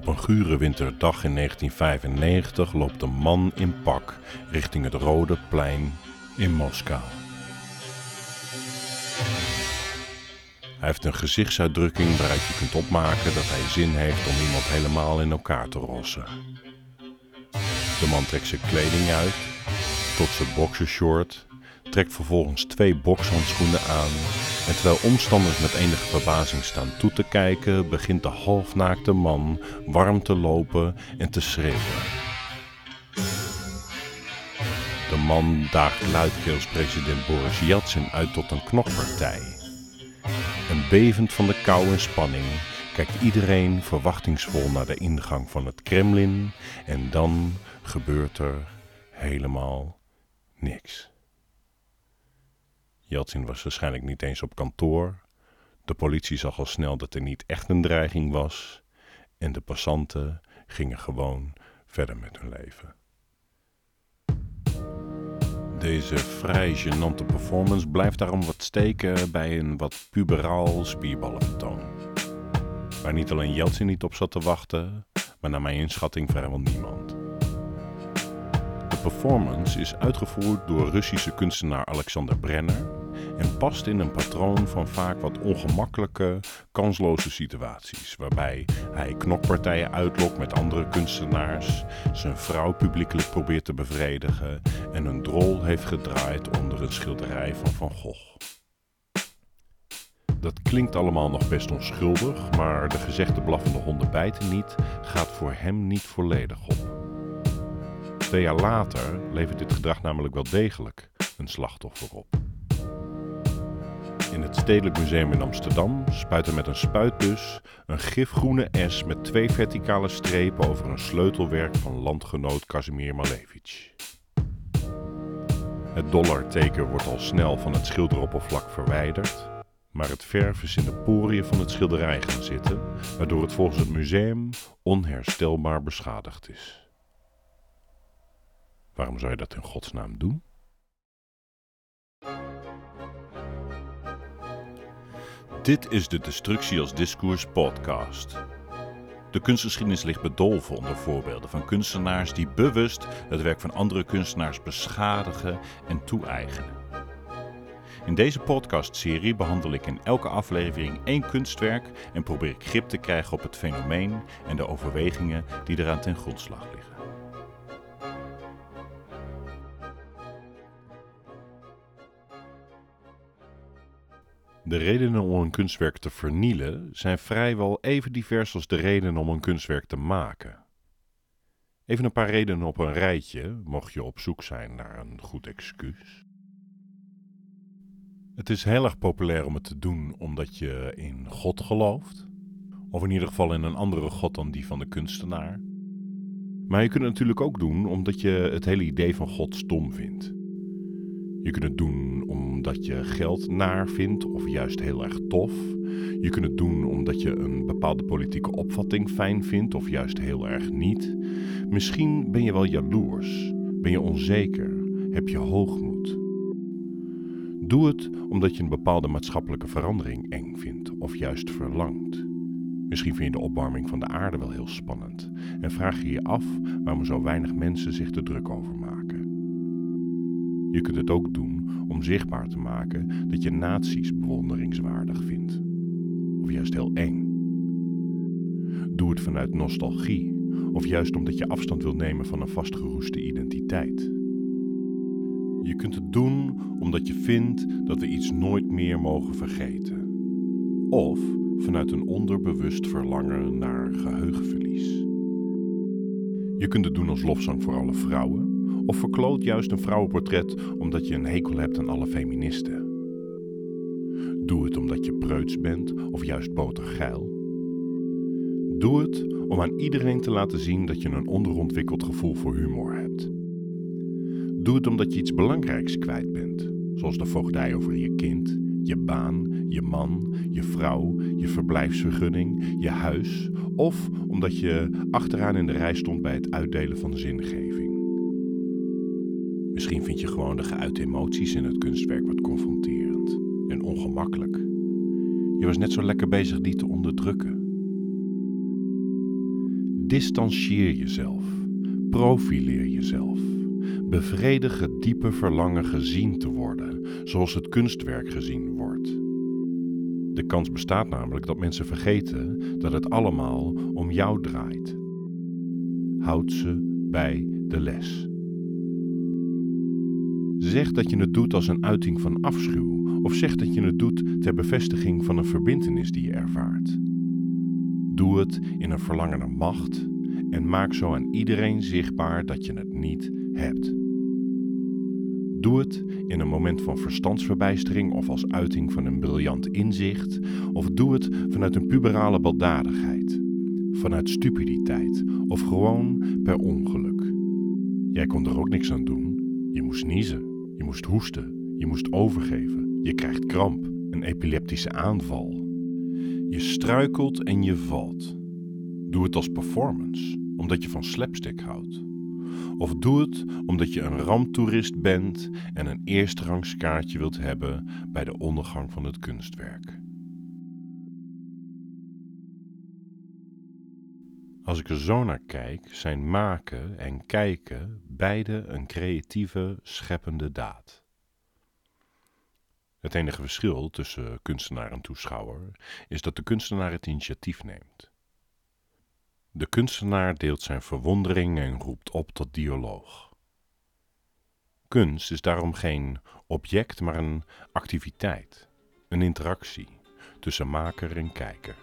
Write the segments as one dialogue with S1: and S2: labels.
S1: Op een gure winterdag in 1995 loopt een man in pak richting het Rode Plein in Moskou. Hij heeft een gezichtsuitdrukking waaruit je kunt opmaken dat hij zin heeft om iemand helemaal in elkaar te rossen. De man trekt zijn kleding uit, tot zijn boxershort, trekt vervolgens 2 bokshandschoenen aan en terwijl omstanders met enige verbazing staan toe te kijken, begint de halfnaakte man warm te lopen en te schreeuwen. De man daagt luidkeels president Boris Yeltsin uit tot een knokpartij. En bevend van de kou en spanning kijkt iedereen verwachtingsvol naar de ingang van het Kremlin en dan gebeurt er helemaal niks. Yeltsin was waarschijnlijk niet eens op kantoor, de politie zag al snel dat er niet echt een dreiging was en de passanten gingen gewoon verder met hun leven. Deze vrij gênante performance blijft daarom wat steken bij een wat puberaal spierballenvertoon. Waar niet alleen Yeltsin niet op zat te wachten, maar naar mijn inschatting vrijwel niemand. De performance is uitgevoerd door Russische kunstenaar Alexander Brenner en past in een patroon van vaak wat ongemakkelijke, kansloze situaties, waarbij hij knokpartijen uitlokt met andere kunstenaars, zijn vrouw publiekelijk probeert te bevredigen en een drol heeft gedraaid onder een schilderij van Van Gogh. Dat klinkt allemaal nog best onschuldig, maar de gezegde blaffende honden bijten niet gaat voor hem niet volledig op. 2 jaar later levert dit gedrag namelijk wel degelijk een slachtoffer op. In het Stedelijk Museum in Amsterdam spuit er met een spuitbus een gifgroene S met 2 verticale strepen over een sleutelwerk van landgenoot Kazimir Malevich. Het dollarteken wordt al snel van het schilderoppervlak verwijderd, maar het verf is in de poriën van het schilderij gaan zitten, waardoor het volgens het museum onherstelbaar beschadigd is. Waarom zou je dat in godsnaam doen? Dit is de Destructie als Discours podcast. De kunstgeschiedenis ligt bedolven onder voorbeelden van kunstenaars die bewust het werk van andere kunstenaars beschadigen en toe-eigenen. In deze podcastserie behandel ik in elke aflevering 1 kunstwerk en probeer ik grip te krijgen op het fenomeen en de overwegingen die eraan ten grondslag liggen. De redenen om een kunstwerk te vernielen zijn vrijwel even divers als de redenen om een kunstwerk te maken. Even een paar redenen op een rijtje, mocht je op zoek zijn naar een goed excuus. Het is heel erg populair om het te doen omdat je in God gelooft. Of in ieder geval in een andere God dan die van de kunstenaar. Maar je kunt het natuurlijk ook doen omdat je het hele idee van God stom vindt. Je kunt het doen omdat je geld naar vindt of juist heel erg tof. Je kunt het doen omdat je een bepaalde politieke opvatting fijn vindt of juist heel erg niet. Misschien ben je wel jaloers, ben je onzeker, heb je hoogmoed. Doe het omdat je een bepaalde maatschappelijke verandering eng vindt of juist verlangt. Misschien vind je de opwarming van de aarde wel heel spannend en vraag je je af waarom zo weinig mensen zich er druk over maken. Je kunt het ook doen om zichtbaar te maken dat je nazi's bewonderingswaardig vindt. Of juist heel eng. Doe het vanuit nostalgie. Of juist omdat je afstand wilt nemen van een vastgeroeste identiteit. Je kunt het doen omdat je vindt dat we iets nooit meer mogen vergeten. Of vanuit een onderbewust verlangen naar geheugenverlies. Je kunt het doen als lofzang voor alle vrouwen. Of verkloot juist een vrouwenportret omdat je een hekel hebt aan alle feministen. Doe het omdat je preuts bent of juist botergeil. Doe het om aan iedereen te laten zien dat je een onderontwikkeld gevoel voor humor hebt. Doe het omdat je iets belangrijks kwijt bent, zoals de voogdij over je kind, je baan, je man, je vrouw, je verblijfsvergunning, je huis, of omdat je achteraan in de rij stond bij het uitdelen van zingeving. Misschien vind je gewoon de geuite emoties in het kunstwerk wat confronterend en ongemakkelijk. Je was net zo lekker bezig die te onderdrukken. Distantieer jezelf. Profileer jezelf. Bevredig het diepe verlangen gezien te worden, zoals het kunstwerk gezien wordt. De kans bestaat namelijk dat mensen vergeten dat het allemaal om jou draait. Houd ze bij de les. Zeg dat je het doet als een uiting van afschuw, of zeg dat je het doet ter bevestiging van een verbintenis die je ervaart. Doe het in een verlangen naar macht en maak zo aan iedereen zichtbaar dat je het niet hebt. Doe het in een moment van verstandsverbijstering of als uiting van een briljant inzicht, of doe het vanuit een puberale baldadigheid, vanuit stupiditeit of gewoon per ongeluk. Jij kon er ook niks aan doen. Je moest niezen, je moest hoesten, je moest overgeven, je krijgt kramp, een epileptische aanval. Je struikelt en je valt. Doe het als performance, omdat je van slapstick houdt. Of doe het omdat je een ramptoerist bent en een eersterangs-kaartje wilt hebben bij de ondergang van het kunstwerk. Als ik er zo naar kijk, zijn maken en kijken beide een creatieve, scheppende daad. Het enige verschil tussen kunstenaar en toeschouwer is dat de kunstenaar het initiatief neemt. De kunstenaar deelt zijn verwondering en roept op tot dialoog. Kunst is daarom geen object, maar een activiteit, een interactie tussen maker en kijker.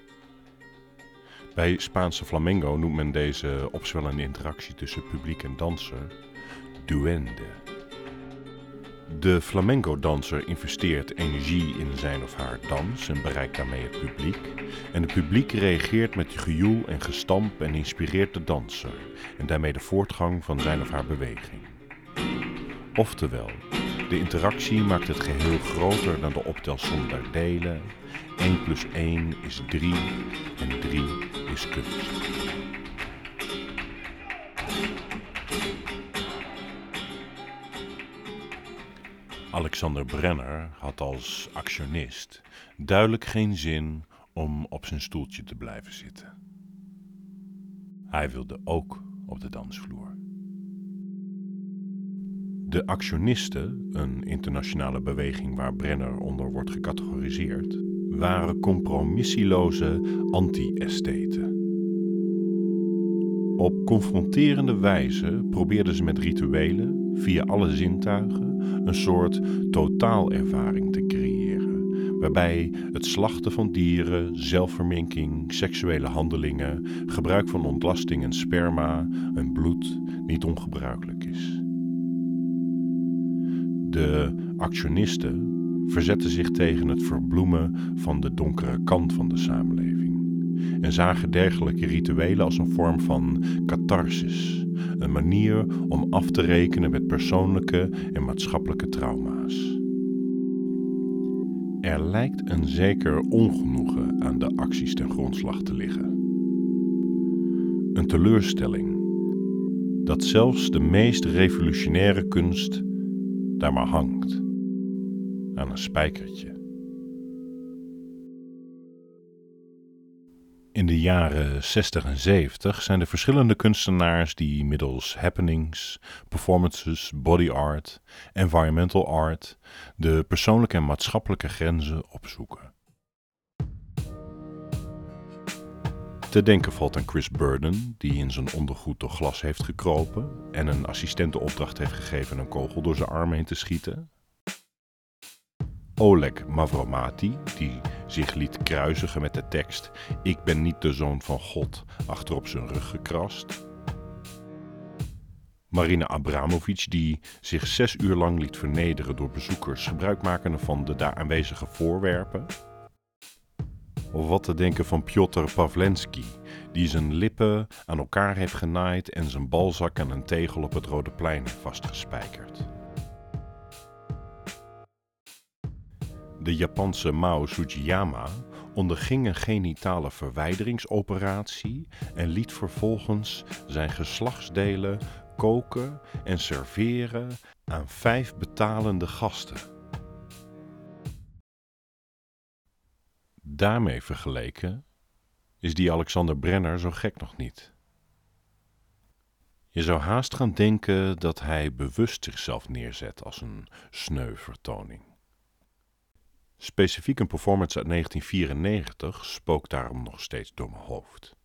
S1: Bij Spaanse flamenco noemt men deze opzwellende interactie tussen publiek en danser duende. De flamenco-danser investeert energie in zijn of haar dans en bereikt daarmee het publiek. En het publiek reageert met gejoel en gestamp en inspireert de danser en daarmee de voortgang van zijn of haar beweging. Oftewel, de interactie maakt het geheel groter dan de optelsom der delen. 1 + 1 is 3 en 3 is kunst. Alexander Brenner had als actionist duidelijk geen zin om op zijn stoeltje te blijven zitten. Hij wilde ook op de dansvloer. De actionisten, een internationale beweging waar Brenner onder wordt gecategoriseerd, waren compromissieloze anti-estheten. Op confronterende wijze probeerden ze met rituelen, via alle zintuigen, een soort totaalervaring te creëren, waarbij het slachten van dieren, zelfverminking, seksuele handelingen, gebruik van ontlasting en sperma en bloed niet ongebruikelijk is. De actionisten verzetten zich tegen het verbloemen van de donkere kant van de samenleving en zagen dergelijke rituelen als een vorm van catharsis, een manier om af te rekenen met persoonlijke en maatschappelijke trauma's. Er lijkt een zeker ongenoegen aan de acties ten grondslag te liggen. Een teleurstelling dat zelfs de meest revolutionaire kunst daar maar hangt, aan een spijkertje. In de jaren 60 en 70 zijn er verschillende kunstenaars die middels happenings, performances, body art, environmental art de persoonlijke en maatschappelijke grenzen opzoeken. Te denken valt aan Chris Burden, die in zijn ondergoed door glas heeft gekropen en een assistent de opdracht heeft gegeven een kogel door zijn arm heen te schieten. Oleg Mavromati, die zich liet kruisigen met de tekst "Ik ben niet de zoon van God" achter op zijn rug gekrast. Marina Abramovic, die zich 6 uur lang liet vernederen door bezoekers, gebruikmakende van de daar aanwezige voorwerpen. Of wat te denken van Piotr Pawlenski, die zijn lippen aan elkaar heeft genaaid en zijn balzak aan een tegel op het Rode Plein heeft vastgespijkerd. De Japanse Mao Sugiyama onderging een genitale verwijderingsoperatie en liet vervolgens zijn geslachtsdelen koken en serveren aan 5 betalende gasten. Daarmee vergeleken is die Alexander Brenner zo gek nog niet. Je zou haast gaan denken dat hij bewust zichzelf neerzet als een sneu vertoning. Specifiek een performance uit 1994 spookt daarom nog steeds door mijn hoofd.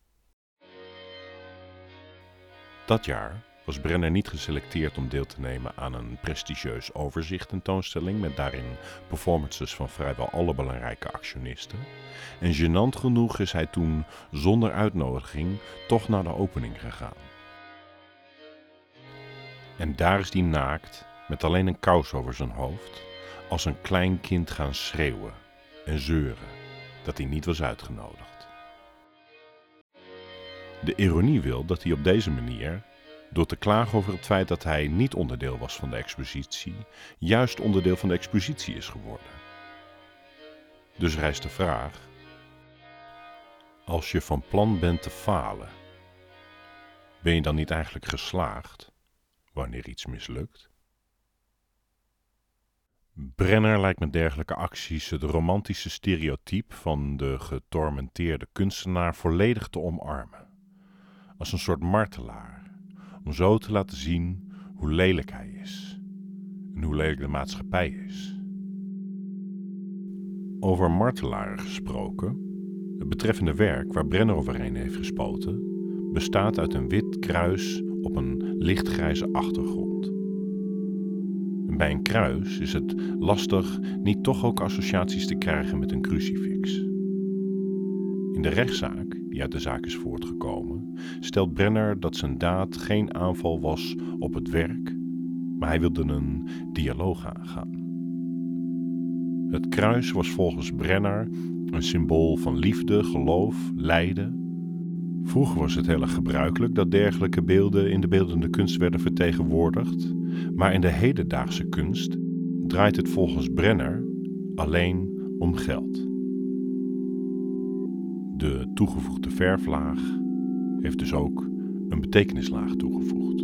S1: Dat jaar was Brenner niet geselecteerd om deel te nemen aan een prestigieus overzicht tentoonstelling met daarin performances van vrijwel alle belangrijke actionisten. En gênant genoeg is hij toen zonder uitnodiging toch naar de opening gegaan. En daar is hij naakt, met alleen een kous over zijn hoofd, als een klein kind gaan schreeuwen en zeuren dat hij niet was uitgenodigd. De ironie wil dat hij op deze manier, door te klagen over het feit dat hij niet onderdeel was van de expositie, juist onderdeel van de expositie is geworden. Dus rijst de vraag: als je van plan bent te falen, ben je dan niet eigenlijk geslaagd wanneer iets mislukt? Brenner lijkt met dergelijke acties het romantische stereotype van de getormenteerde kunstenaar volledig te omarmen. Als een soort martelaar, om zo te laten zien hoe lelijk hij is en hoe lelijk de maatschappij is. Over martelaren gesproken, het betreffende werk waar Brenner overheen heeft gespoten, bestaat uit een wit kruis op een lichtgrijze achtergrond. En bij een kruis is het lastig niet toch ook associaties te krijgen met een crucifix. In de rechtszaak, die uit de zaak is voortgekomen, stelt Brenner dat zijn daad geen aanval was op het werk, maar hij wilde een dialoog aangaan. Het kruis was volgens Brenner een symbool van liefde, geloof, lijden. Vroeger was het heel erg gebruikelijk dat dergelijke beelden in de beeldende kunst werden vertegenwoordigd, maar in de hedendaagse kunst draait het volgens Brenner alleen om geld. De toegevoegde verflaag heeft dus ook een betekenislaag toegevoegd.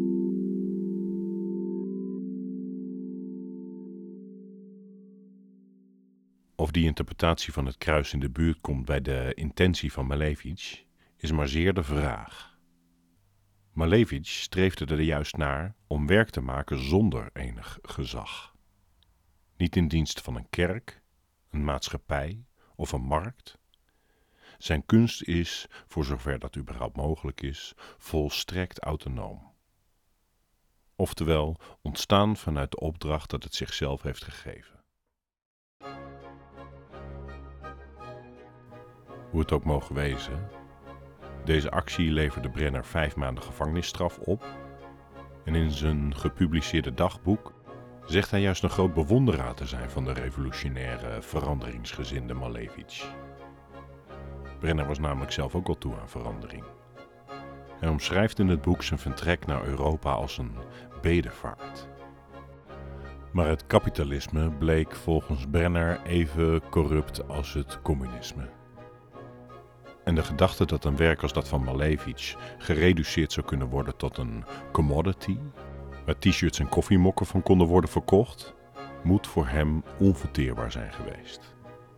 S1: Of die interpretatie van het kruis in de buurt komt bij de intentie van Malevich, is maar zeer de vraag. Malevich streefde er juist naar om werk te maken zonder enig gezag. Niet in dienst van een kerk, een maatschappij of een markt. Zijn kunst is, voor zover dat überhaupt mogelijk is, volstrekt autonoom. Oftewel, ontstaan vanuit de opdracht dat het zichzelf heeft gegeven. Hoe het ook mogen wezen, deze actie leverde Brenner 5 maanden gevangenisstraf op en in zijn gepubliceerde dagboek zegt hij juist een groot bewonderaar te zijn van de revolutionaire, veranderingsgezinde Malevich. Brenner was namelijk zelf ook al toe aan verandering. Hij omschrijft in het boek zijn vertrek naar Europa als een bedevaart. Maar het kapitalisme bleek volgens Brenner even corrupt als het communisme. En de gedachte dat een werk als dat van Malevich gereduceerd zou kunnen worden tot een commodity, waar t-shirts en koffiemokken van konden worden verkocht, moet voor hem onverteerbaar zijn geweest.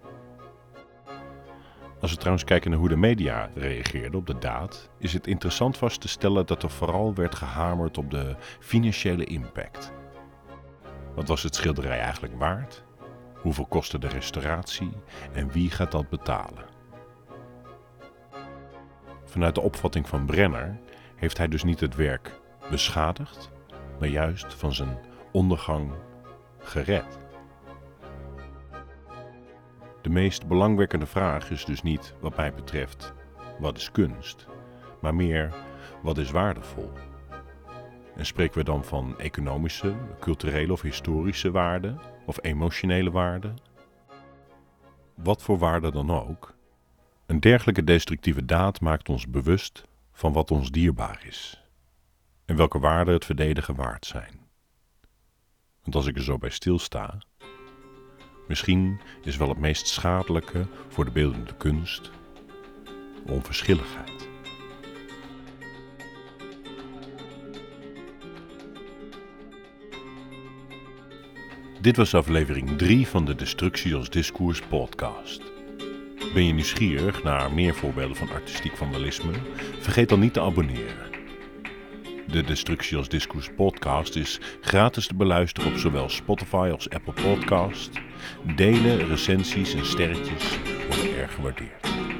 S1: Als we trouwens kijken naar hoe de media reageerden op de daad, is het interessant vast te stellen dat er vooral werd gehamerd op de financiële impact. Wat was het schilderij eigenlijk waard? Hoeveel kostte de restauratie? En wie gaat dat betalen? Vanuit de opvatting van Brenner heeft hij dus niet het werk beschadigd, maar juist van zijn ondergang gered. De meest belangwekkende vraag is dus niet, wat mij betreft, wat is kunst, maar meer, wat is waardevol? En spreken we dan van economische, culturele of historische waarde, of emotionele waarde? Wat voor waarde dan ook, een dergelijke destructieve daad maakt ons bewust van wat ons dierbaar is en welke waarden het verdedigen waard zijn. Want als ik er zo bij stilsta, misschien is wel het meest schadelijke voor de beeldende kunst onverschilligheid. Dit was aflevering 3 van de Destructie als Discours podcast. Ben je nieuwsgierig naar meer voorbeelden van artistiek vandalisme? Vergeet dan niet te abonneren.
S2: De Destructie als Discours podcast is gratis te beluisteren op zowel Spotify als Apple Podcast. Delen, recensies en sterretjes worden erg gewaardeerd.